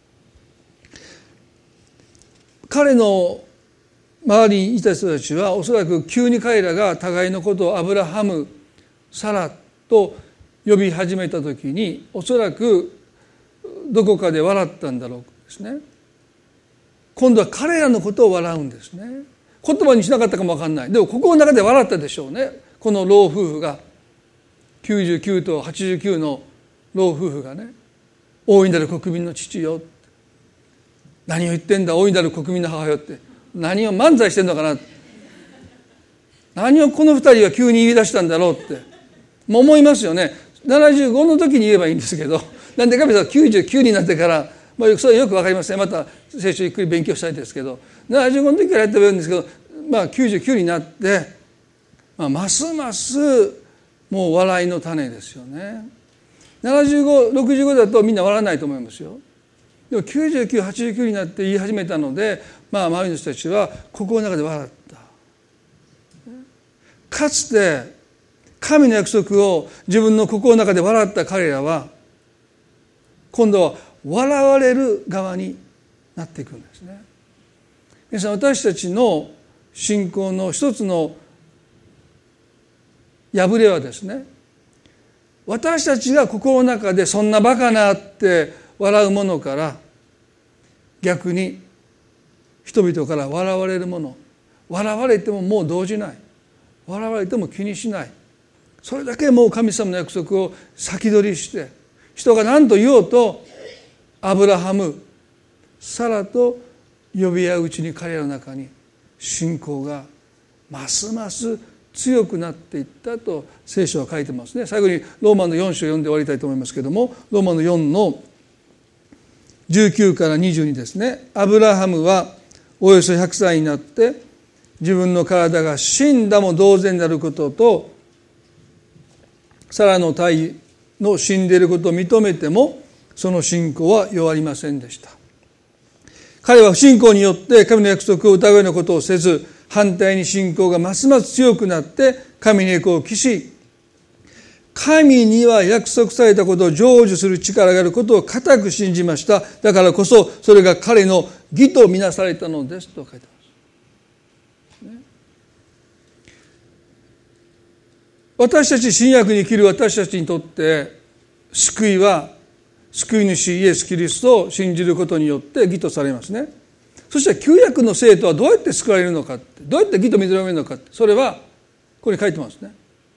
S1: 彼の周りにいた人たちはおそらく急に彼らが互いのことをアブラハム、サラと呼び始めた時に、おそらくどこかで笑ったんだろうですね。今度は彼らのことを笑うんですね。言葉にしなかったかも分かんない。でも心の中で笑ったでしょうね。この老夫婦が、99と89の老夫婦がね、大いなる国民の父よ、何を言ってんだ大いなる国民の母よって、何を漫才してんのかな、何をこの二人は急に言い出したんだろうっても思いますよね。75の時に言えばいいんですけど、なんでかというと99になってから、それはよく分かりません。また聖書ゆっくり勉強したいですけど、75の時からやってもいいんですけど、99になって、ますますもう笑いの種ですよね。75、65だとみんな笑わないと思いますよ。でも99、89になって言い始めたので、周りの人たちは心の中で笑った。かつて神の約束を自分の心の中で笑った彼らは、今度は笑われる側になっていくんですね。皆さん、私たちの信仰の一つの破れはですね、私たちが心の中でそんなバカなって笑うものから、逆に人々から笑われるもの、笑われてももう動じない、笑われても気にしない、それだけもう神様の約束を先取りして、人が何と言おうとアブラハム、サラと呼び合ううちに、彼らの中に信仰がますます強くなっていったと聖書は書いてますね。最後にローマの4章を読んで終わりたいと思いますけれども、ローマの4の19から22ですね。アブラハムはおよそ100歳になって自分の体が死んだも同然になることと、サラの体の死んでいることを認めても、その信仰は弱りませんでした。彼は不信仰によって神の約束を疑うようなことをせず、反対に信仰がますます強くなって神に栄光を期し、神には約束されたことを成就する力があることを固く信じました。だからこそそれが彼の義とみなされたのですと書いてあります。私たち、新約に生きる私たちにとって救いは、救い主イエス・キリストを信じることによって義とされますね。そして旧約の生徒はどうやって救われるのか、どうやって義と認められるのか、それはここに書いてますね。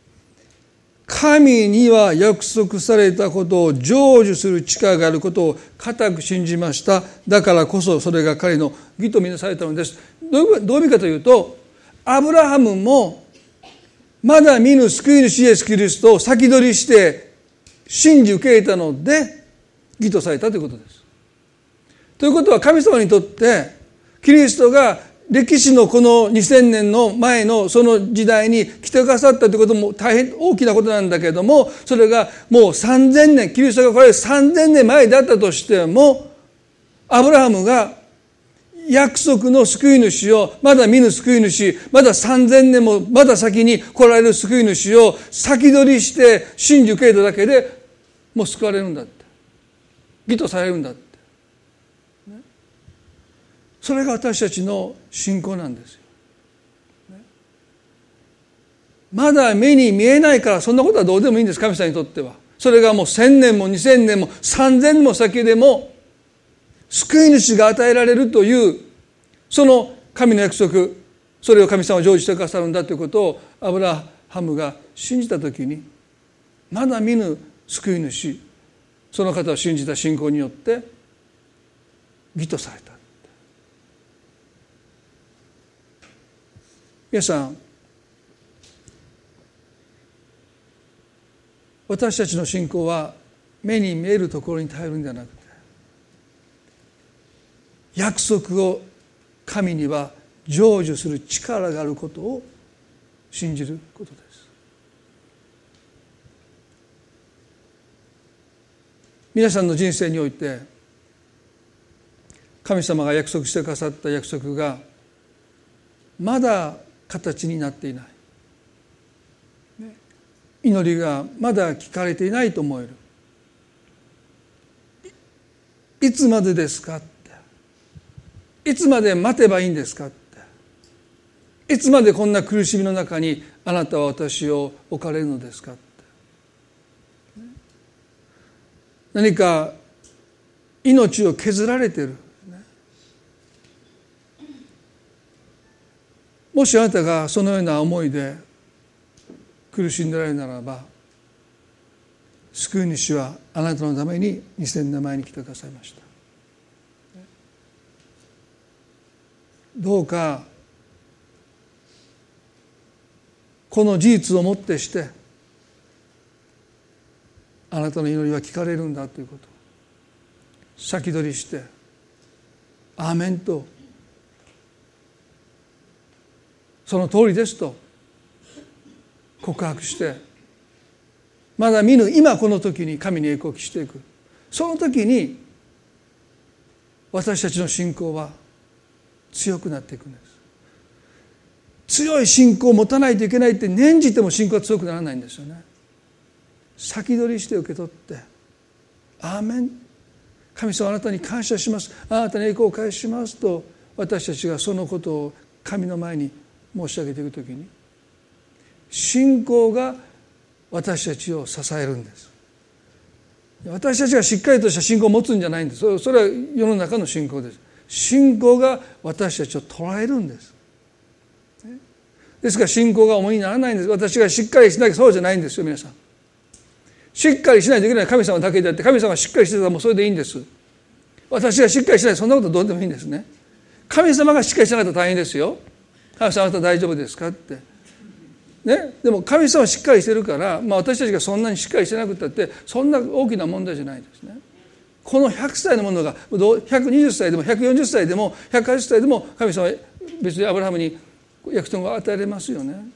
S1: 神には約束されたことを成就する力があることを固く信じました。だからこそそれが彼の義とみなされたのです。どういう意味かというと、アブラハムもまだ見ぬ救い主イエス・キリストを先取りして信じ受け入れたので義とされたということです。 ということは神様にとってキリストが歴史のこの2000年の前のその時代に来てくださったということも大変大きなことなんだけれども、それがもう3000年、キリストが来られる3000年前だったとしても、アブラハムが約束の救い主をまだ見ぬ救い主、まだ3000年もまだ先に来られる救い主を先取りして信じ受けるだけでもう救われるんだって、義とされるんだって、それが私たちの信仰なんですよ。まだ目に見えないからそんなことはどうでもいいんです、神様にとっては。それがもう1000年も2000年も3000年も先でも救い主が与えられるというその神の約束、それを神様は成就してくださるんだということをアブラハムが信じたときに、まだ見ぬ救い主、その方を信じた信仰によって義とされた。皆さん、私たちの信仰は目に見えるところに頼るんじゃなくて、約束を神には成就する力があることを信じることです。皆さんの人生において神様が約束してくださった約束がまだ形になっていない、祈りがまだ聞かれていないと思える。いつまでですかって、いつまで待てばいいんですかって、いつまでこんな苦しみの中にあなたは私を置かれるのですかって、何か命を削られている。もしあなたがそのような思いで苦しんでおられるならば、救い主はあなたのために2000年前に来てくださいました。どうかこの事実をもってしてあなたの祈りは聞かれるんだということを先取りして、アーメンと、その通りですと告白して、まだ見ぬ今この時に神に栄光を期していく。その時に私たちの信仰は強くなっていくんです。強い信仰を持たないといけないって念じても信仰は強くならないんですよね。先取りして受け取って、アーメン、神様あなたに感謝します、あなたに栄光を返しますと、私たちがそのことを神の前に申し上げていくときに、信仰が私たちを支えるんです。私たちがしっかりとした信仰を持つんじゃないんです。それは世の中の信仰です。信仰が私たちを捉えるんです。ですから信仰が重荷にならないんです。私がしっかりしなきゃ、そうじゃないんですよ。皆さん、しっかりしないといけない神様だけであって、神様がしっかりしてたらもうそれでいいんです。私がしっかりしない、そんなことどうでもいいんですね。神様がしっかりしなかったら大変ですよ。神様あなた大丈夫ですかってね。でも神様はしっかりしてるから、私たちがそんなにしっかりしてなくたってそんな大きな問題じゃないですね。この100歳のものが120歳でも140歳でも180歳でも神様は別にアブラハムに約束を与えられますよね。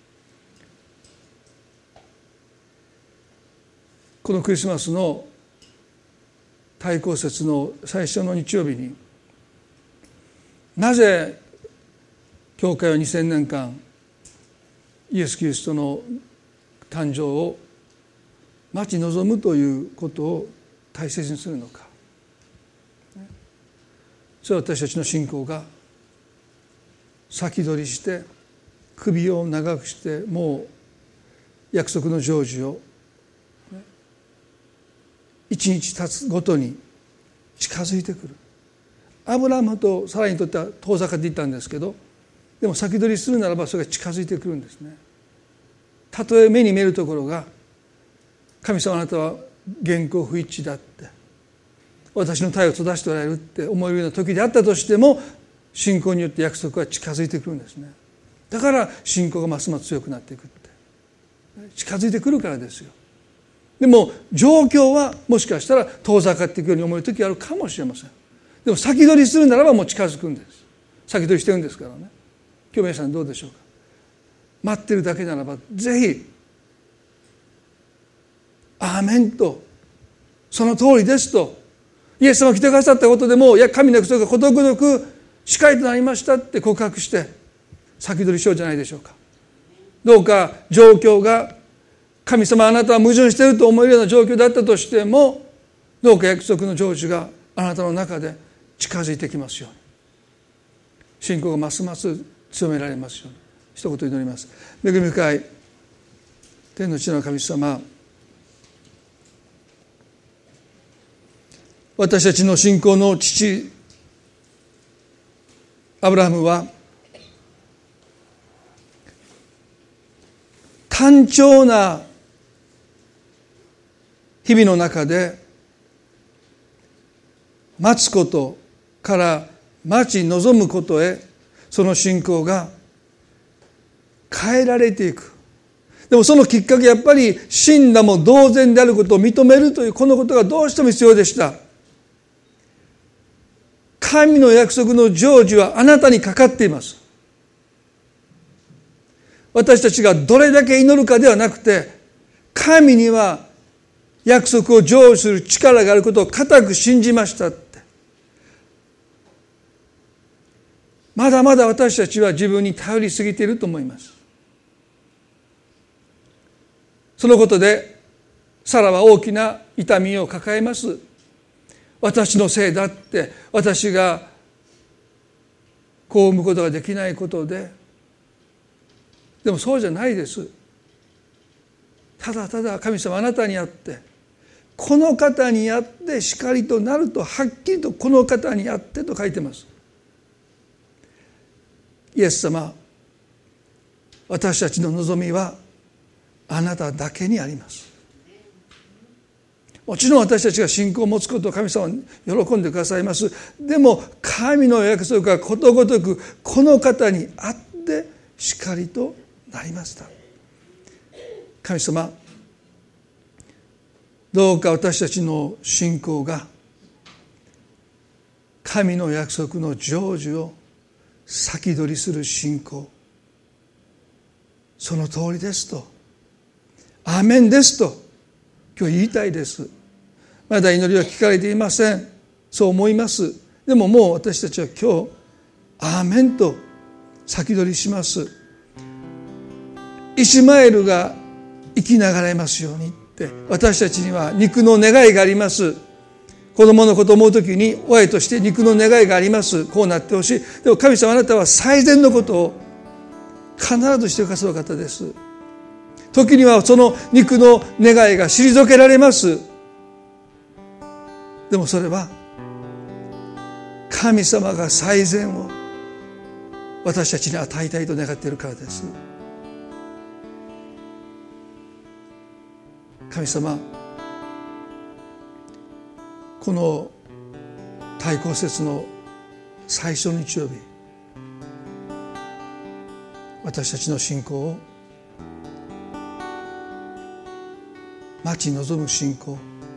S1: このクリスマスの対抗節の最初の日曜日に、なぜ教会は2000年間イエス・キリストの誕生を待ち望むということを大切にするのか。それは私たちの信仰が先取りして首を長くしてもう約束の成就を一日経つごとに近づいてくる。アブラハムとサラにとっては遠ざかっていったんですけど、でも先取りするならばそれが近づいてくるんですね。たとえ目に見えるところが、神様あなたは現行不一致だって、私の体を閉ざしておられるって思えるような時であったとしても、信仰によって約束は近づいてくるんですね。だから信仰がますます強くなっていくって、近づいてくるからですよ。でも状況はもしかしたら遠ざかっていくように思える時があるかもしれません。 でも先取りするならばもう近づくんです。先取りしてるんですからね。今日皆さんどうでしょうか。待ってるだけならばぜひアーメンと、その通りですと、イエス様が来てくださったことでも、いや神の約束がことごとくしっかりとなりましたって告白して先取りしようじゃないでしょうか。どうか状況が神様あなたは矛盾していると思えるような状況だったとしても、どうか約束の成就があなたの中で近づいてきますように、信仰がますます強められますように一言祈ります。恵み深い天の地の神様、私たちの信仰の父アブラハムは単調な日々の中で待つことから待ち望むことへ、その信仰が変えられていく。でもそのきっかけ、やっぱり死んだも同然であることを認めるというこのことがどうしても必要でした。神の約束の成就はあなたにかかっています。私たちがどれだけ祈るかではなくて、神には約束を成就する力があることを固く信じましたって。まだまだ私たちは自分に頼りすぎていると思います。そのことでサラは大きな痛みを抱えます。私のせいだって、私が子を産むことができないことで。でもそうじゃないです。ただただ神様あなたにあって、この方にあってしかりとなると、はっきりとこの方にあってと書いてます。イエス様、私たちの望みはあなただけにあります。もちろん私たちが信仰を持つことを神様は喜んでくださいます。でも神の約束がことごとくこの方にあってしかりとなりました。神様、どうか私たちの信仰が神の約束の成就を先取りする信仰、その通りですと、アーメンですと今日言いたいです。まだ祈りは聞かれていません。そう思います。でももう私たちは今日アーメンと先取りします。イシマエルが生きながらえますようにって、私たちには肉の願いがあります。子供のことを思うときに親として肉の願いがあります。こうなってほしい。でも神様あなたは最善のことを必ずしてくださる方です。時にはその肉の願いが退けられます。でもそれは神様が最善を私たちに与えたいと願っているからです。神様、この対抗節の最初の日曜日、私たちの信仰を待ち望む信仰、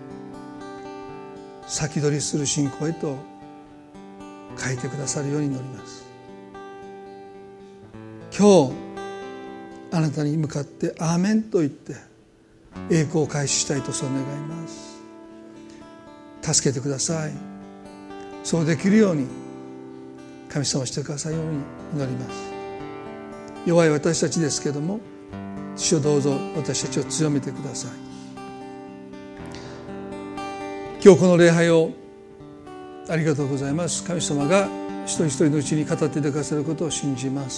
S1: 先取りする信仰へと変えてくださるように祈ります。今日あなたに向かってアーメンと言って栄光を開始したいとそう願います。助けてください。そうできるように神様してくださるように祈ります。弱い私たちですけれども、主をどうぞ私たちを強めてください。今日この礼拝をありがとうございます。神様が一人一人のうちに語っていてくださることを信じます。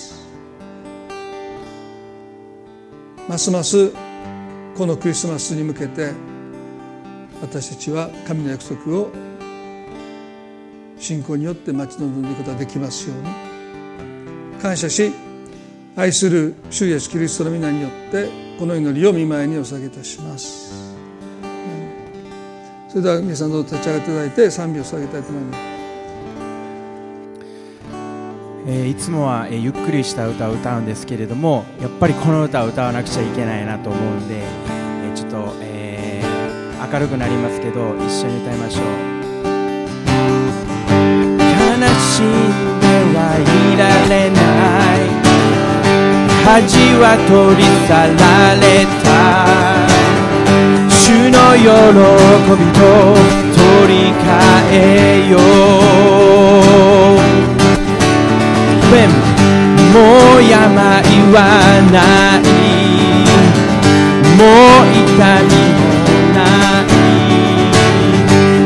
S1: ますますこのクリスマスに向けて私たちは神の約束を信仰によって待ち望んでいくことができますように感謝し、愛する主イエスキリストの皆によってこの祈りを御前にお捧げいたします。それでは皆さんどうぞ立ち上がっていただいて賛美を捧げたいと思います。
S2: いつもはゆっくりした歌を歌うんですけれども、やっぱりこの歌を歌わなくちゃいけないなと思うんで、ちょっと、明るくなりますけど一緒に歌いましょう。 しんではいられない。恥は取り去られた。主の喜びと取り替えよう。もう病はない、もう痛みもない。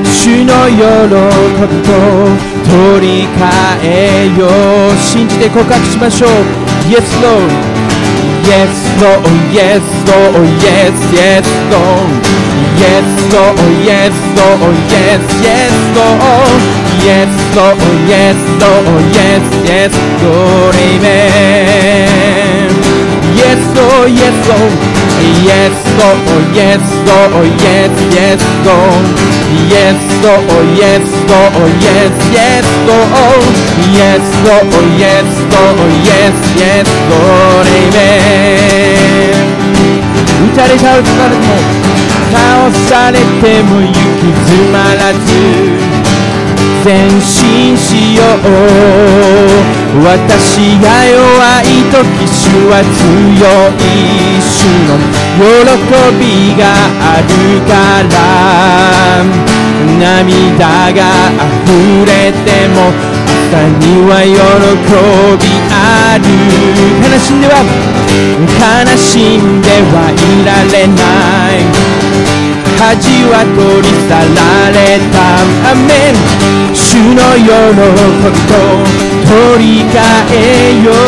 S2: 主の喜びと取り替えよう。信じて告白しましょう。 Yes Lord, Yes Lord, Yes Lord, Yes, Yes Lord, Yes Lord, Yes Lord, Yes, Yes Lord, Yes Lord, Yes Lord, Yes, Yes Lord, Amen. Yes Lord, Yes Lord, Yes Lord, Yes Lord, Yes, Yes Lord, Yes Lord, Yes Lord, Yes, Yes Lord, Yes Lord, Yes Lord, Yes, Yes Lord, Amen. 打たれ倒されても倒されても行き詰まらず前進しよう。私が弱い時主は強い。主の喜びがあるから涙が溢れても朝には喜びある。悲しんではいられない。恥は取り去られた。アメン。主の喜びと取り替えよ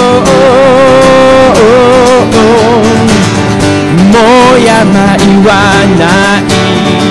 S2: う。もう病はない、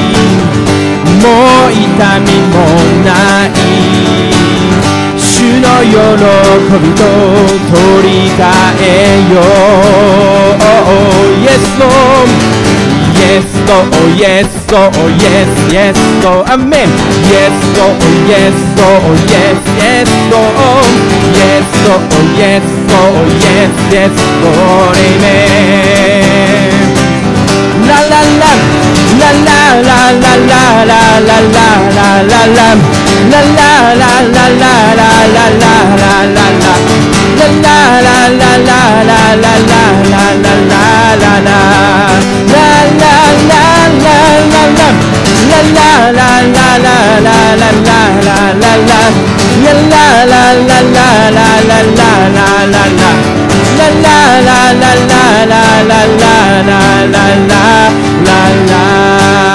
S2: もう痛みもない。主の喜びと取り替えよう。 Yes Lord, Yes Lord, Yes Lord, Yes, Yes Lord, Amen. Yes Lord, Yes Lord, Yes, Yes Lord, Yes Lord, Yes Lord, Yes, Yes Lord, Amen. La la la, la la la la la la la la la la la, la la la la la la la la la la la, la la la la la la la la la la la la. La la la la la la, la la la la la la la la la la la, la la la la la la la la la la, la la la la la la la la la la.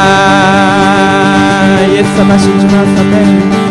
S2: イエス様信じます。アメン。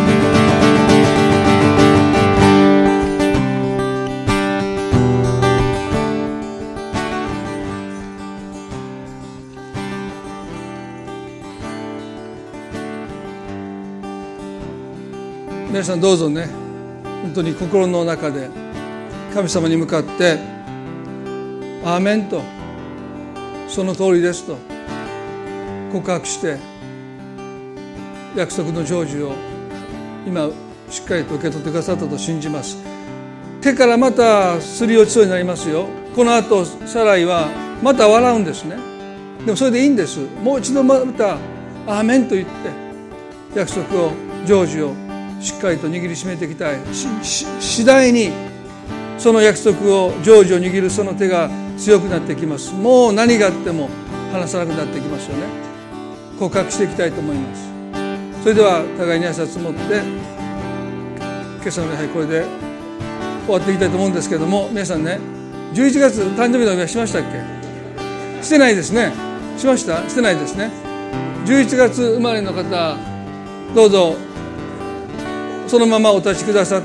S1: 皆さんどうぞね、本当に心の中で神様に向かってアーメンとその通りですと告白して約束の成就を今しっかりと受け取ってくださったと信じます。手からまたすり落ちそうになりますよ。この後サライはまた笑うんですね。でもそれでいいんです。もう一度またアーメンと言って約束を成就をしっかりと握りしめていきたい。次第にその約束を成就を握るその手が強くなってきます。もう何があっても離さなくなってきますよね。告白していきたいと思います。それでは互いに挨拶を持って今朝の礼拝これで終わっていきたいと思うんですけれども、皆さんね、11月誕生日のお祝いしましたっけ？してないですね。しました？してないですね。11月生まれの方どうぞそのままお立ちくださって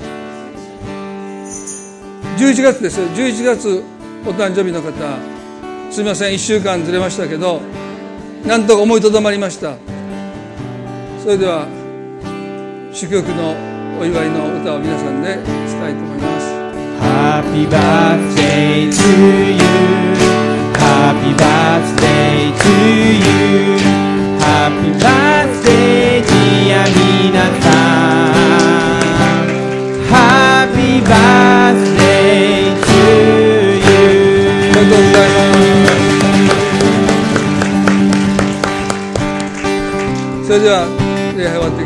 S1: 。11月です。11月お誕生日の方、すみません1週間ずれましたけどなんとか思いとどまりました。それでは祝福のお祝いの歌を皆さんでしたいと思います。
S2: Happy birthday to you, Happy birthday to you, Happy birthday dear 皆さん、 Happy birthday to you。
S1: ありがとうございます。それでは礼拝終わって